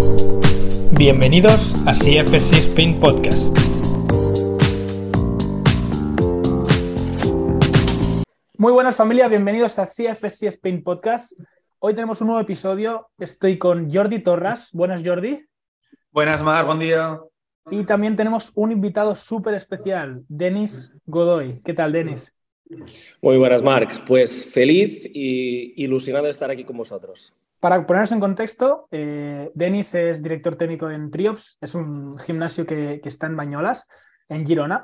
Bienvenidos a CFC Spain Podcast. Muy buenas familia, bienvenidos a CFC Spain Podcast. Hoy tenemos un nuevo episodio. Estoy con Jordi Torras. Buenas, Jordi. Buenas, Mar, buen día. Y también tenemos un invitado súper especial, Denis Godoy. ¿Qué tal, Denis? Muy buenas, Marc. Pues feliz y ilusionado de estar aquí con vosotros. Para ponernos en contexto, Denis es director técnico en Triops, es un gimnasio que está en Bañolas, en Girona.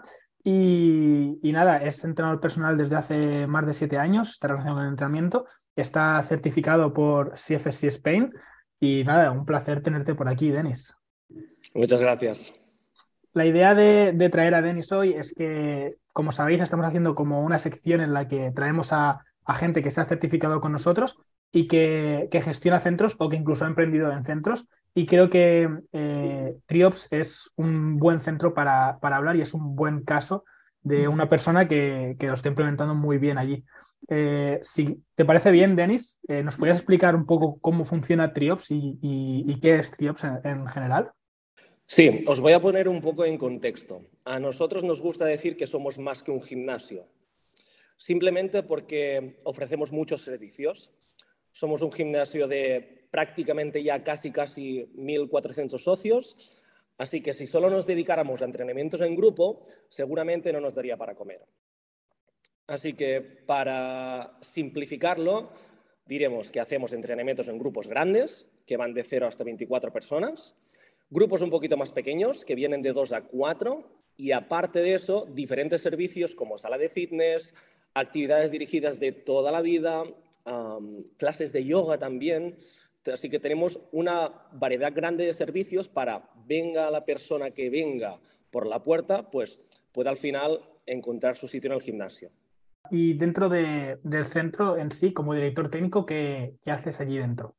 Y nada, es entrenador personal desde hace más de 7 años, está relacionado con el entrenamiento, está certificado por CFC Spain. Y nada, un placer tenerte por aquí, Denis. Muchas gracias. La idea de traer a Denis hoy es que, como sabéis, estamos haciendo como una sección en la que traemos a gente que se ha certificado con nosotros y que gestiona centros o que incluso ha emprendido en centros. Y creo que Triops es un buen centro para hablar y es un buen caso de una persona que lo está implementando muy bien allí. Si te parece bien, Denis, ¿nos podrías explicar un poco cómo funciona Triops y qué es Triops en general? Sí, os voy a poner un poco en contexto. A nosotros nos gusta decir que somos más que un gimnasio, simplemente porque ofrecemos muchos servicios. Somos un gimnasio de prácticamente ya casi 1.400 socios, así que si solo nos dedicáramos a entrenamientos en grupo, seguramente no nos daría para comer. Así que para simplificarlo, diremos que hacemos entrenamientos en grupos grandes, que van de 0 hasta 24 personas, grupos un poquito más pequeños, que vienen de 2 a 4, y aparte de eso, diferentes servicios como sala de fitness, actividades dirigidas de toda la vida, clases de yoga también. Así que tenemos una variedad grande de servicios para venga la persona que venga por la puerta, pues pueda al final encontrar su sitio en el gimnasio. Y dentro del centro en sí, como director técnico, ¿qué haces allí dentro?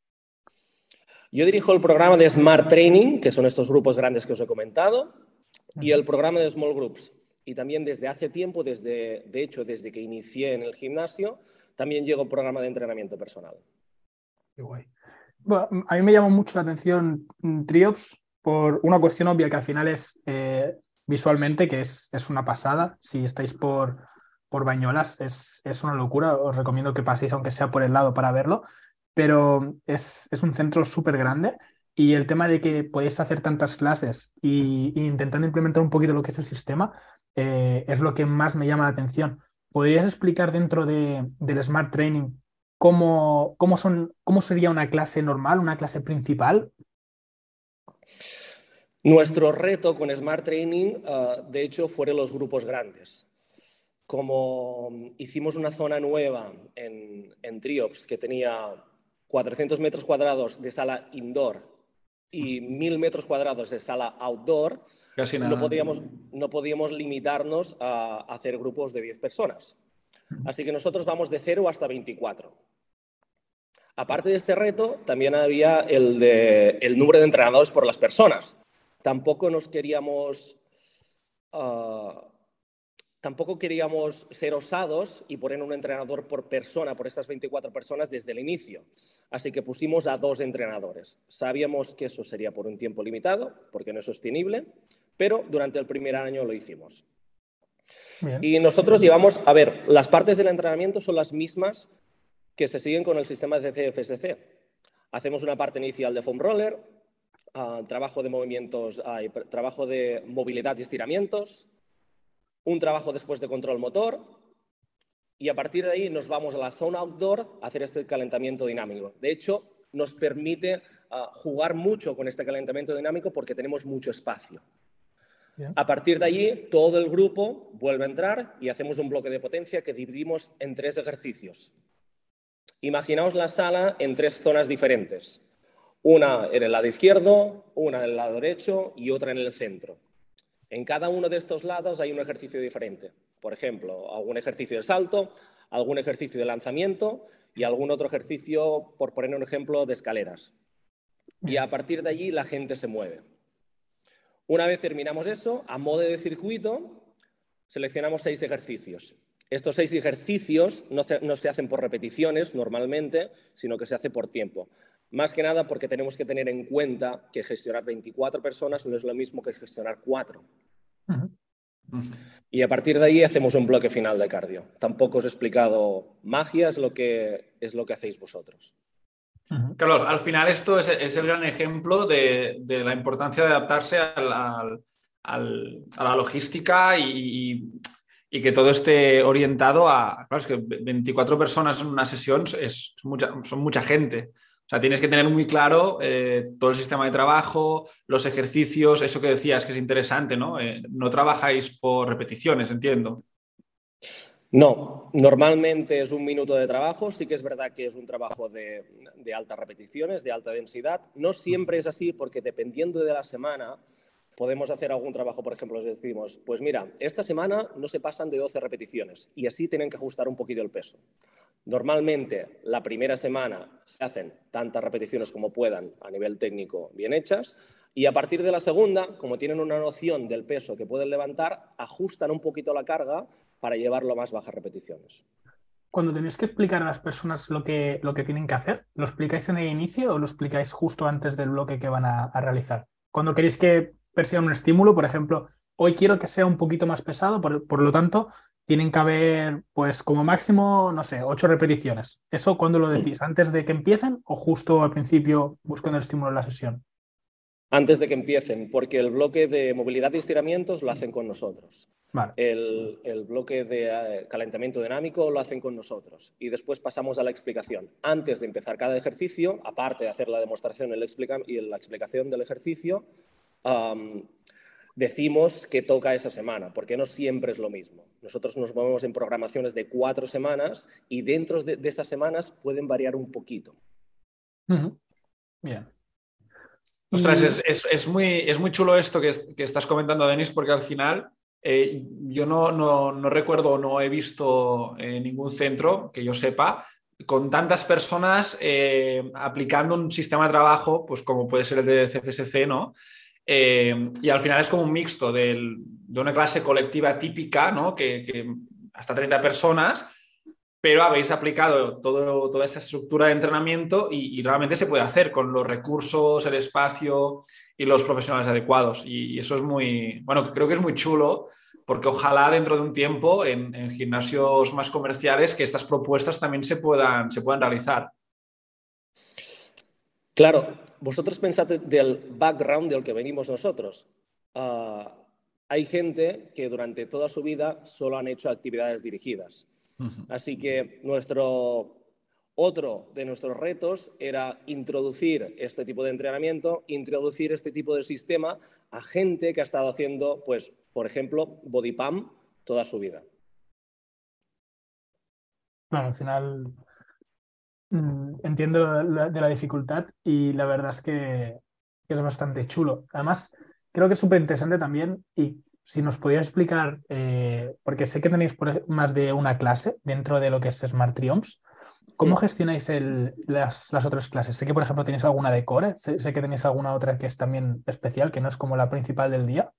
Yo dirijo el programa de Smart Training, que son estos grupos grandes que os he comentado, y el programa de Small Groups. Y también desde hace tiempo, de hecho, desde que inicié en el gimnasio, también llevo el programa de entrenamiento personal. Qué guay. Bueno, a mí me llamó mucho la atención Triops por una cuestión obvia que al final es visualmente, que es una pasada. Si estáis por Bañolas, es una locura. Os recomiendo que paséis, aunque sea por el lado, para verlo. Pero es un centro súper grande y el tema de que podéis hacer tantas clases y intentando implementar un poquito lo que es el sistema es lo que más me llama la atención. ¿Podrías explicar dentro del Smart Training cómo sería una clase normal, una clase principal? Nuestro reto con Smart Training, de hecho, fueron los grupos grandes. Como hicimos una zona nueva en Triops que tenía 400 metros cuadrados de sala indoor y 1.000 metros cuadrados de sala outdoor, Casi nada. no podíamos limitarnos a hacer grupos de 10 personas. Así que nosotros vamos de 0 hasta 24. Aparte de este reto, también había el número de entrenadores por las personas. Tampoco queríamos ser osados y poner un entrenador por persona, por estas 24 personas desde el inicio. Así que pusimos a 2 entrenadores. Sabíamos que eso sería por un tiempo limitado, porque no es sostenible, pero durante el primer año lo hicimos. Bien. Y nosotros llevamos, a ver, las partes del entrenamiento son las mismas que se siguen con el sistema de CFSC. Hacemos una parte inicial de foam roller, trabajo de movimientos, trabajo de movilidad y estiramientos, un trabajo después de control motor y a partir de ahí nos vamos a la zona outdoor a hacer este calentamiento dinámico. De hecho, nos permite jugar mucho con este calentamiento dinámico porque tenemos mucho espacio. Bien. A partir de allí, todo el grupo vuelve a entrar y hacemos un bloque de potencia que dividimos en 3 ejercicios. Imaginaos la sala en 3 zonas diferentes. Una en el lado izquierdo, una en el lado derecho y otra en el centro. En cada uno de estos lados hay un ejercicio diferente. Por ejemplo, algún ejercicio de salto, algún ejercicio de lanzamiento y algún otro ejercicio, por poner un ejemplo, de escaleras. Y a partir de allí la gente se mueve. Una vez terminamos eso, a modo de circuito, seleccionamos 6 ejercicios. Estos 6 ejercicios no se hacen por repeticiones normalmente, sino que se hace por tiempo. Más que nada porque tenemos que tener en cuenta que gestionar 24 personas no es lo mismo que gestionar 4. Y a partir de ahí hacemos un bloque final de cardio. Tampoco os he explicado magia, es lo que hacéis vosotros. Carlos, al final esto es el gran ejemplo de la importancia de adaptarse a la logística y que todo esté orientado a... Claro, es que 24 personas en una sesión son mucha gente. O sea, tienes que tener muy claro todo el sistema de trabajo, los ejercicios, eso que decías que es interesante, ¿no? No trabajáis por repeticiones, entiendo. No, normalmente es un minuto de trabajo. Sí que es verdad que es un trabajo de altas repeticiones, de alta densidad. No siempre es así porque dependiendo de la semana podemos hacer algún trabajo, por ejemplo, les decimos, pues mira, esta semana no se pasan de 12 repeticiones y así tienen que ajustar un poquito el peso. Normalmente, la primera semana se hacen tantas repeticiones como puedan a nivel técnico bien hechas y a partir de la segunda, como tienen una noción del peso que pueden levantar, ajustan un poquito la carga para llevarlo a más bajas repeticiones. Cuando tenéis que explicar a las personas lo que tienen que hacer, ¿lo explicáis en el inicio o lo explicáis justo antes del bloque que van a realizar? Cuando queréis que persigan un estímulo, por ejemplo, hoy quiero que sea un poquito más pesado, por lo tanto, tienen que haber, pues como máximo, no sé, 8 repeticiones. ¿Eso cuándo lo decís? ¿Antes de que empiecen o justo al principio buscando el estímulo en la sesión? Antes de que empiecen, porque el bloque de movilidad y estiramientos lo hacen con nosotros. Vale. El bloque de calentamiento dinámico lo hacen con nosotros. Y después pasamos a la explicación. Antes de empezar cada ejercicio, aparte de hacer la demostración y la explicación del ejercicio, decimos que toca esa semana, porque no siempre es lo mismo. Nosotros nos movemos en programaciones de 4 semanas y dentro de esas semanas pueden variar un poquito. Bien. Ostras, es muy chulo esto que estás comentando, Denis, porque al final yo no recuerdo, no he visto ningún centro que yo sepa con tantas personas aplicando un sistema de trabajo, pues como puede ser el de CPSC, ¿no? Y al final es como un mixto de una clase colectiva típica, ¿no? Que hasta 30 personas, pero habéis aplicado toda esa estructura de entrenamiento y realmente se puede hacer con los recursos, el espacio y los profesionales adecuados. Y eso es bueno, creo que es muy chulo porque ojalá dentro de un tiempo en gimnasios más comerciales que estas propuestas también se puedan realizar. Claro, vosotros pensad del background del que venimos nosotros. Hay gente que durante toda su vida solo han hecho actividades dirigidas. Así que otro de nuestros retos era introducir este tipo de entrenamiento, introducir este tipo de sistema a gente que ha estado haciendo, pues, por ejemplo, body pump toda su vida. Bueno, al final entiendo de la dificultad y la verdad es que es bastante chulo. Además, creo que es súper interesante también y si nos podías explicar, porque sé que tenéis más de una clase dentro de lo que es Smart Triumphs, ¿cómo gestionáis las otras clases? Sé que, por ejemplo, tenéis alguna de core, sé que tenéis alguna otra que es también especial, que no es como la principal del día.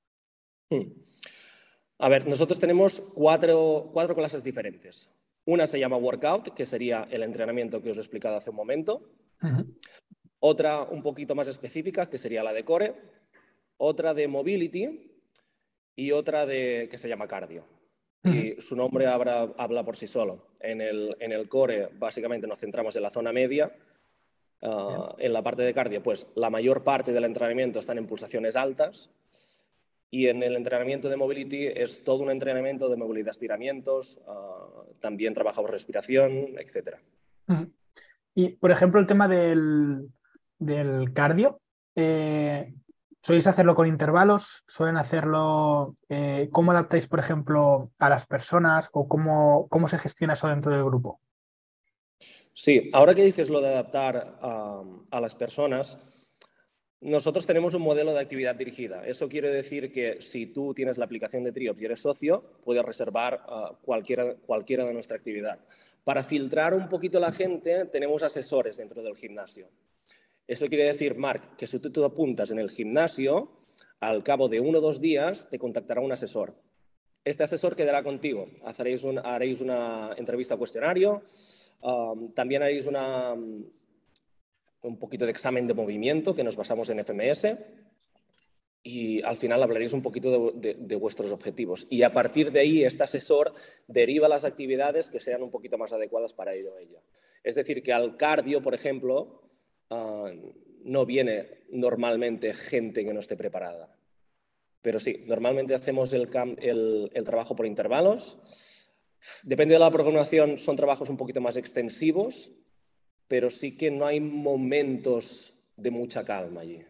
A ver, nosotros tenemos cuatro clases diferentes. Una se llama workout, que sería el entrenamiento que os he explicado hace un momento. Otra un poquito más específica, que sería la de core. Otra de mobility y otra que se llama cardio. Y su nombre habla por sí solo. En el core, básicamente, nos centramos en la zona media. En la parte de cardio, pues la mayor parte del entrenamiento están en pulsaciones altas. Y en el entrenamiento de mobility es todo un entrenamiento de movilidad, estiramientos, también trabajamos respiración, etc. Y, por ejemplo, el tema del cardio, ¿soléis hacerlo con intervalos? ¿Suelen hacerlo? ¿Cómo adaptáis, por ejemplo, a las personas o cómo se gestiona eso dentro del grupo? Sí, ahora que dices lo de adaptar a las personas, nosotros tenemos un modelo de actividad dirigida. Eso quiere decir que si tú tienes la aplicación de Triops y eres socio, puedes reservar cualquiera de nuestra actividad. Para filtrar un poquito a la gente, tenemos asesores dentro del gimnasio. Eso quiere decir, Marc, que si tú te apuntas en el gimnasio, al cabo de 1 o 2 días te contactará un asesor. Este asesor quedará contigo. Haréis una entrevista cuestionario, también haréis un poquito de examen de movimiento, que nos basamos en FMS, y al final hablaréis un poquito de vuestros objetivos. Y a partir de ahí, este asesor deriva las actividades que sean un poquito más adecuadas para ello o ella. Es decir, que al cardio, por ejemplo, no viene normalmente gente que no esté preparada. Pero sí, normalmente hacemos el trabajo por intervalos. Depende de la programación, son trabajos un poquito más extensivos, pero sí que no hay momentos de mucha calma allí.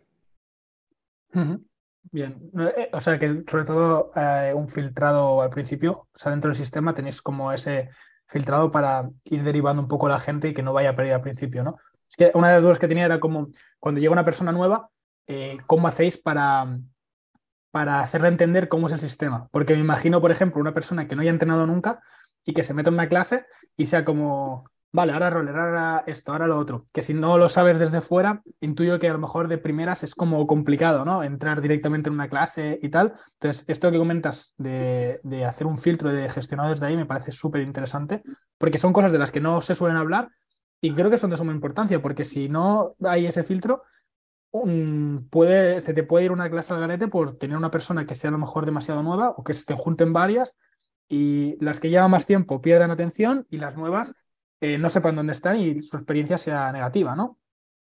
Bien, o sea que sobre todo un filtrado al principio, o sea, dentro del sistema tenéis como ese filtrado para ir derivando un poco la gente y que no vaya a perder al principio, ¿no? Es que una de las dudas que tenía era como cuando llega una persona nueva, ¿cómo hacéis para hacerle entender cómo es el sistema? Porque me imagino, por ejemplo, una persona que no haya entrenado nunca y que se meta en una clase y sea como, vale, ahora roller, ahora esto, ahora lo otro. Que si no lo sabes desde fuera, intuyo que a lo mejor de primeras es como complicado, ¿no? Entrar directamente en una clase y tal. Entonces, esto que comentas de hacer un filtro de gestionado desde ahí me parece súper interesante, porque son cosas de las que no se suelen hablar y creo que son de suma importancia, porque si no hay ese filtro se te puede ir una clase al garete por tener una persona que sea a lo mejor demasiado nueva o que se te junten varias y las que llevan más tiempo pierdan atención y las nuevas no sepan dónde están y su experiencia sea negativa, ¿no?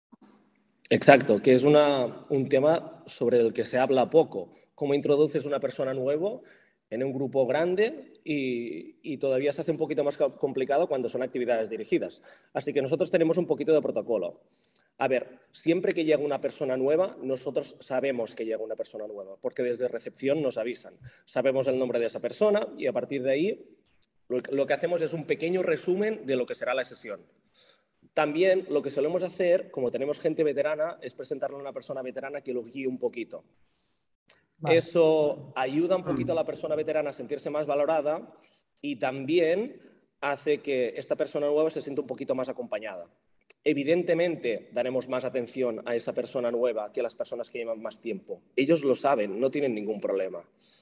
Exacto, que es un tema sobre el que se habla poco. Cómo introduces una persona nueva en un grupo grande y todavía se hace un poquito más complicado cuando son actividades dirigidas. Así que nosotros tenemos un poquito de protocolo. A ver, siempre que llega una persona nueva, nosotros sabemos que llega una persona nueva, porque desde recepción nos avisan. Sabemos el nombre de esa persona y a partir de ahí lo que hacemos es un pequeño resumen de lo que será la sesión. También lo que solemos hacer, como tenemos gente veterana, es presentarle a una persona veterana que lo guíe un poquito. Vale. Eso ayuda un poquito a la persona veterana a sentirse más valorada y también hace que esta persona nueva se sienta un poquito más acompañada. Evidentemente, daremos más atención a esa persona nueva que a las personas que llevan más tiempo. Ellos lo saben, no tienen ningún problema.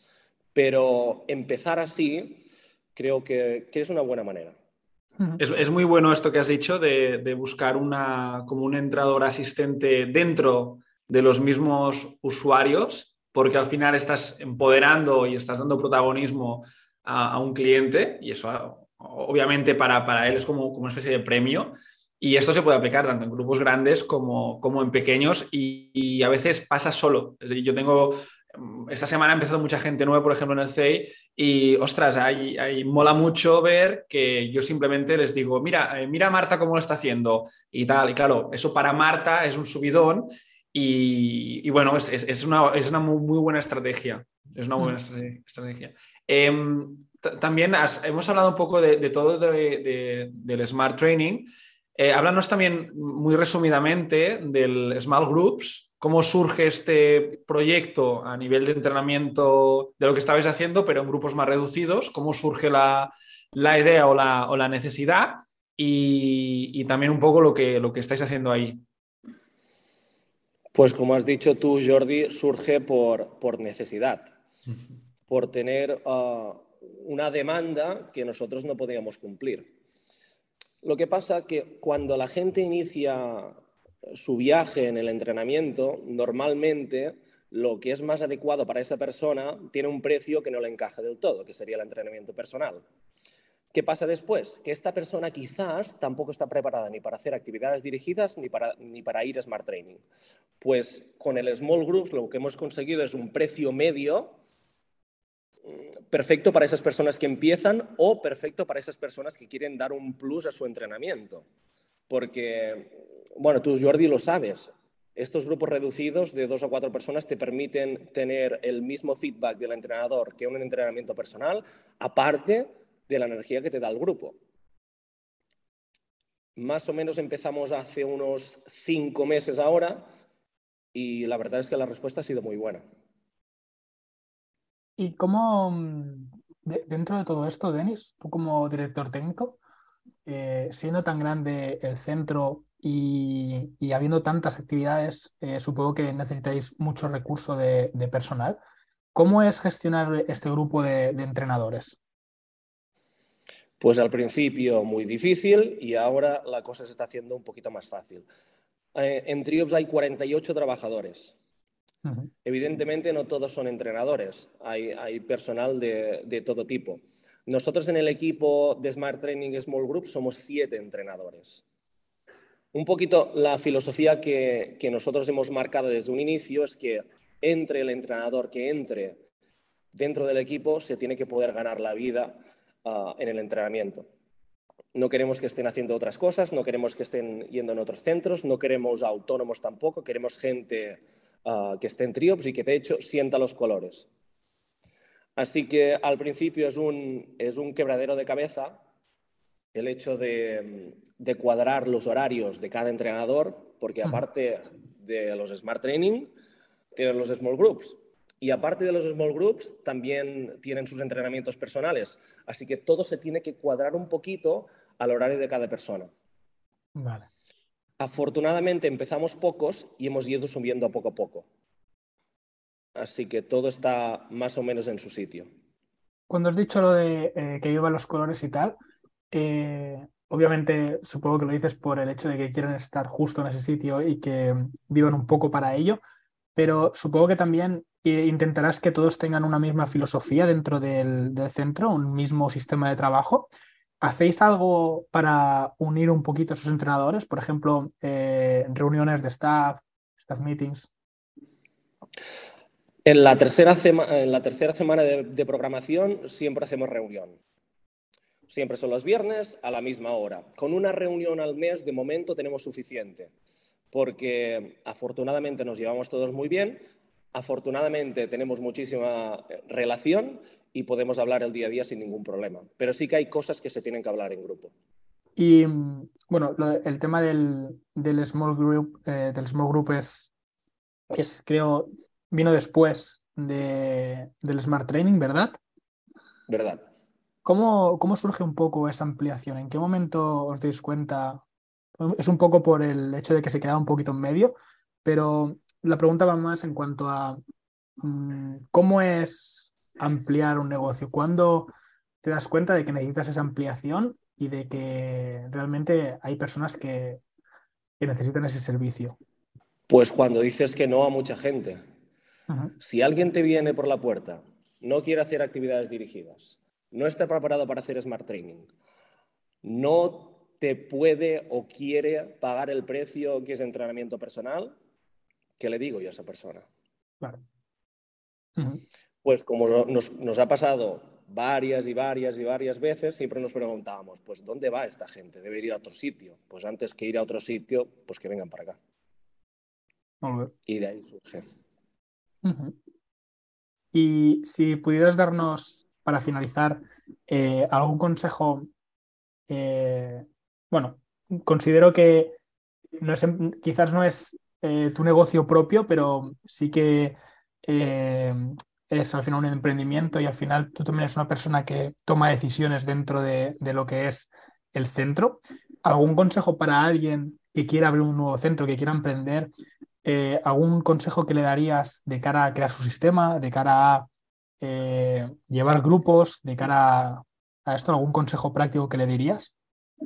Pero empezar así creo que es una buena manera. Es muy bueno esto que has dicho de buscar como un entrenador asistente dentro de los mismos usuarios, porque al final estás empoderando y estás dando protagonismo a un cliente y eso obviamente para él es como una especie de premio. Y esto se puede aplicar tanto en grupos grandes como en pequeños y a veces pasa solo. Es decir, yo tengo, esta semana ha empezado mucha gente nueva, por ejemplo, en el CEI y, ostras, mola mucho ver que yo simplemente les digo, mira a Marta cómo lo está haciendo y tal. Y claro, eso para Marta es un subidón y bueno, es una muy buena estrategia. Es una buena estrategia. También hemos hablado un poco de todo del Smart Training. Háblanos también muy resumidamente del Small Groups, cómo surge este proyecto a nivel de entrenamiento de lo que estabais haciendo, pero en grupos más reducidos, cómo surge la idea o la necesidad y también un poco lo que estáis haciendo ahí. Pues como has dicho tú, Jordi, surge por necesidad, por tener una demanda que nosotros no podíamos cumplir. Lo que pasa es que cuando la gente inicia su viaje en el entrenamiento, normalmente lo que es más adecuado para esa persona tiene un precio que no le encaja del todo, que sería el entrenamiento personal. ¿Qué pasa después? Que esta persona quizás tampoco está preparada ni para hacer actividades dirigidas ni para ir a Smart Training. Pues con el Small Groups lo que hemos conseguido es un precio medio perfecto para esas personas que empiezan o perfecto para esas personas que quieren dar un plus a su entrenamiento. Porque, bueno, tú, Jordi, lo sabes. Estos grupos reducidos de 2 o 4 personas te permiten tener el mismo feedback del entrenador que un entrenamiento personal, aparte de la energía que te da el grupo. Más o menos empezamos hace unos 5 meses ahora y la verdad es que la respuesta ha sido muy buena. ¿Y cómo, dentro de todo esto, Denis, tú como director técnico, siendo tan grande el centro y habiendo tantas actividades, supongo que necesitáis mucho recurso de personal, ¿cómo es gestionar este grupo de entrenadores? Pues al principio muy difícil y ahora la cosa se está haciendo un poquito más fácil. En Triops hay 48 trabajadores. Ujú. Evidentemente no todos son entrenadores, hay personal de todo tipo. Nosotros en el equipo de Smart Training Small Group somos 7 entrenadores. Un poquito la filosofía que nosotros hemos marcado desde un inicio es que entre el entrenador que entre dentro del equipo se tiene que poder ganar la vida en el entrenamiento. No queremos que estén haciendo otras cosas, no queremos que estén yendo en otros centros, no queremos autónomos tampoco, queremos gente que esté en Triops y que de hecho sienta los colores. Así que al principio es un quebradero de cabeza el hecho de cuadrar los horarios de cada entrenador, porque aparte de los Smart Training, tienen los Small Groups. Y aparte de los Small Groups, también tienen sus entrenamientos personales. Así que todo se tiene que cuadrar un poquito al horario de cada persona. Vale. Afortunadamente empezamos pocos y hemos ido subiendo a poco. Así que todo está más o menos en su sitio. Cuando has dicho lo de que llevan los colores y tal, obviamente supongo que lo dices por el hecho de que quieren estar justo en ese sitio y que vivan un poco para ello, pero supongo que también intentarás que todos tengan una misma filosofía dentro del centro, un mismo sistema de trabajo. ¿Hacéis algo para unir un poquito a sus entrenadores? Por ejemplo, reuniones de staff meetings. En la tercera semana de programación siempre hacemos reunión. Siempre son los viernes a la misma hora. Con una reunión al mes de momento tenemos suficiente, porque afortunadamente nos llevamos todos muy bien, afortunadamente tenemos muchísima relación y podemos hablar el día a día sin ningún problema. Pero sí que hay cosas que se tienen que hablar en grupo. Y bueno, el tema del small group creo, vino después del Smart Training, ¿verdad? ¿Verdad? ¿Cómo surge un poco esa ampliación? ¿En qué momento os dais cuenta? Es un poco por el hecho de que se quedaba un poquito en medio, pero la pregunta va más en cuanto a cómo es ampliar un negocio. ¿Cuándo te das cuenta de que necesitas esa ampliación y de que realmente hay personas que necesitan ese servicio? Pues cuando dices que no a mucha gente. Ujú. Si alguien te viene por la puerta, no quiere hacer actividades dirigidas, no está preparado para hacer Smart Training, no te puede o quiere pagar el precio que es entrenamiento personal, ¿qué le digo yo a esa persona? Claro. Ujú. Pues como nos ha pasado varias veces, siempre nos preguntábamos, pues ¿dónde va esta gente? Debe ir a otro sitio. Pues antes que ir a otro sitio, pues que vengan para acá. Molt bé. Y de ahí surge. Ujú. Y si pudieras darnos, para finalizar, algún consejo, bueno, considero que quizás no es tu negocio propio, pero sí que eh, es al final un emprendimiento y al final tú también eres una persona que toma decisiones dentro de lo que es el centro. ¿Algún consejo para alguien que quiera abrir un nuevo centro, que quiera emprender? ¿Algún consejo que le darías de cara a crear su sistema, de cara a llevar grupos, de cara a esto? ¿Algún consejo práctico que le dirías?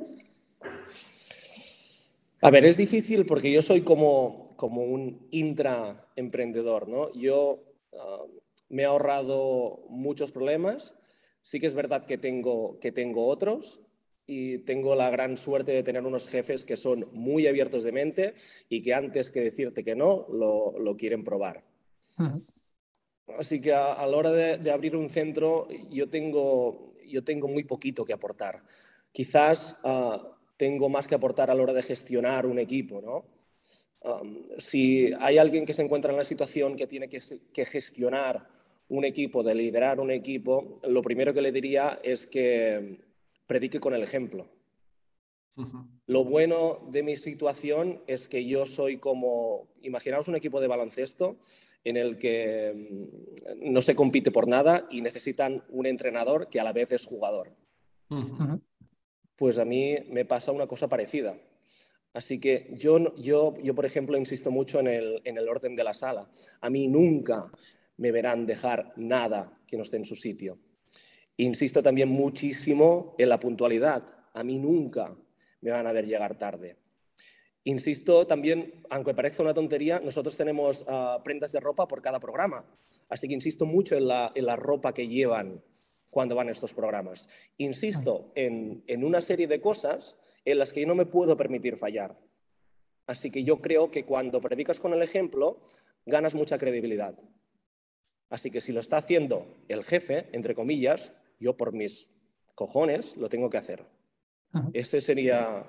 A ver, es difícil porque yo soy como un intraemprendedor, ¿no? Yo me he ahorrado muchos problemas. Sí que es verdad que tengo otros y tengo la gran suerte de tener unos jefes que son muy abiertos de mente y que antes que decirte que no, lo quieren probar. Ujú. Así que a la hora de abrir un centro, yo tengo muy poquito que aportar. Quizás tengo más que aportar a la hora de gestionar un equipo, ¿no? Si hay alguien que se encuentra en la situación que tiene que gestionar un equipo, de liderar un equipo, lo primero que le diría es que predique con el ejemplo. Lo bueno de mi situación es que yo soy como, imaginaos un equipo de baloncesto en el que no se compite por nada y necesitan un entrenador que a la vez es jugador. Ujú. Pues a mí me pasa una cosa parecida. Así que yo por ejemplo, insisto mucho en el orden de la sala. A mí nunca me verán dejar nada que no esté en su sitio. Insisto también muchísimo en la puntualidad. A mí nunca me van a ver llegar tarde. Insisto también, aunque parezca una tontería, nosotros tenemos prendas de ropa por cada programa. Así que insisto mucho en la ropa que llevan cuando van a estos programas. Insisto en una serie de cosas en las que yo no me puedo permitir fallar. Así que yo creo que cuando predicas con el ejemplo, ganas mucha credibilidad. Así que si lo está haciendo el jefe, entre comillas, yo por mis cojones lo tengo que hacer. Ese sería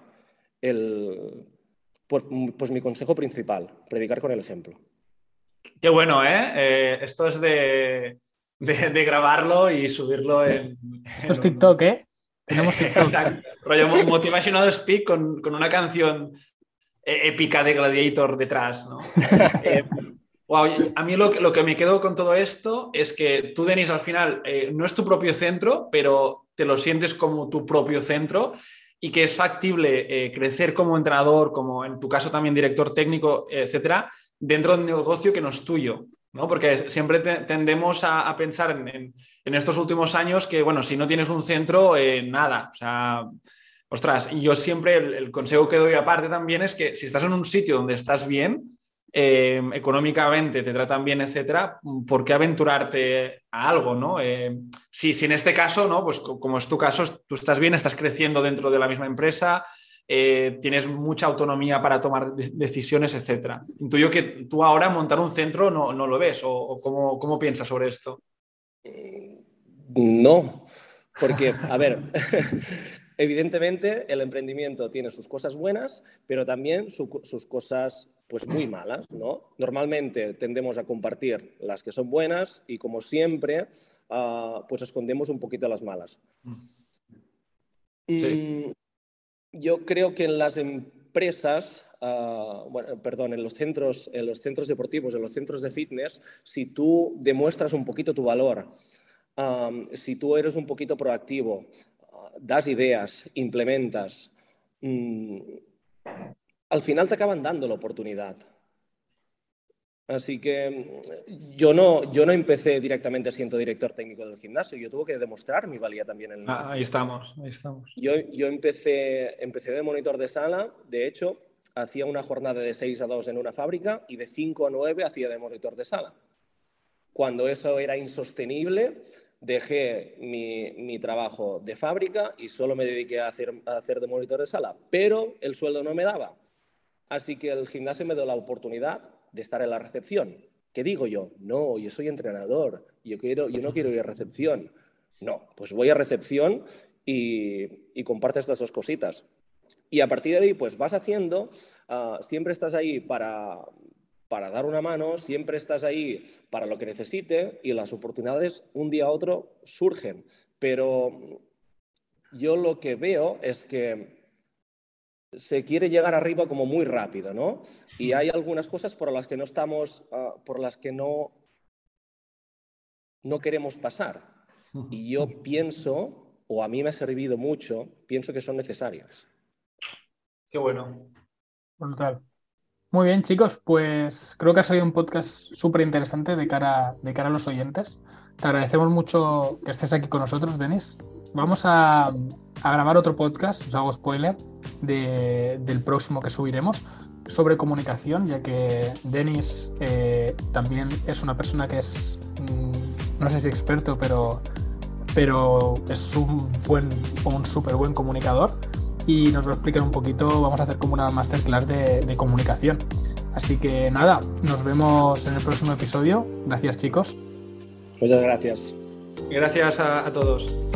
pues mi consejo principal, predicar con el ejemplo. Qué bueno, ¿eh? Esto es de grabarlo y subirlo en... Esto es TikTok, ¿eh? Tenemos TikTok. Exacto. Rollo Motivational Speak con una canción épica de Gladiator detrás, ¿no? Wow, a mí lo que me quedo con todo esto es que tú, Denis, al final no es tu propio centro, pero te lo sientes como tu propio centro y que es factible crecer como entrenador, como en tu caso también director técnico, etcétera, dentro de un negocio que no es tuyo, ¿no? Porque siempre tendemos a pensar en estos últimos años que, bueno, si no tienes un centro, nada. O sea, ostras, y yo siempre el consejo que doy aparte también es que si estás en un sitio donde estás bien, económicamente te tratan bien, etcétera, ¿por qué aventurarte a algo, no? Si en este caso, ¿no? Pues como es tu caso, tú estás bien, estás creciendo dentro de la misma empresa, tienes mucha autonomía para tomar decisiones, etcétera. Intuyo que tú ahora montar un centro no lo ves, o ¿cómo piensas sobre esto? No, porque, a ver, evidentemente el emprendimiento tiene sus cosas buenas, pero también sus cosas pues muy malas, ¿no? Normalmente tendemos a compartir las que son buenas y, como siempre, pues escondemos un poquito las malas. Sí. Yo creo que en las empresas, en los centros deportivos, en los centros de fitness, si tú demuestras un poquito tu valor, si tú eres un poquito proactivo, das ideas, implementas, al final te acaban dando la oportunidad. Así que yo no empecé directamente siendo director técnico del gimnasio, yo tuve que demostrar mi valía también en el negocio. Ahí estamos. Yo empecé de monitor de sala, de hecho, hacía una jornada de 6 a 2 en una fábrica y de 5 a 9 hacía de monitor de sala. Cuando eso era insostenible, dejé mi trabajo de fábrica y solo me dediqué a hacer de monitor de sala, pero el sueldo no me daba. Así que el gimnasio me dio la oportunidad de estar en la recepción. ¿Qué digo yo? No, yo soy entrenador, yo no quiero ir a recepción. No, pues voy a recepción y comparte estas dos cositas. Y a partir de ahí, pues vas haciendo, siempre estás ahí para dar una mano, siempre estás ahí para lo que necesite y las oportunidades un día a otro surgen. Pero yo lo que veo es que se quiere llegar arriba como muy rápido, ¿no? Y hay algunas cosas por las que no estamos, por las que no queremos pasar. Y yo pienso, o a mí me ha servido mucho, pienso que son necesarias. Qué bueno. Brutal. Muy bien, chicos, pues creo que ha salido un podcast súper interesante de cara a los oyentes. Te agradecemos mucho que estés aquí con nosotros, Denis. Vamos a grabar otro podcast, os hago spoiler, del próximo que subiremos, sobre comunicación, ya que Denis también es una persona que es, no sé si experto, pero es un súper buen comunicador. Y nos lo explican un poquito, vamos a hacer como una masterclass de comunicación. Así que nada, nos vemos en el próximo episodio. Gracias, chicos. Muchas gracias. Gracias a todos.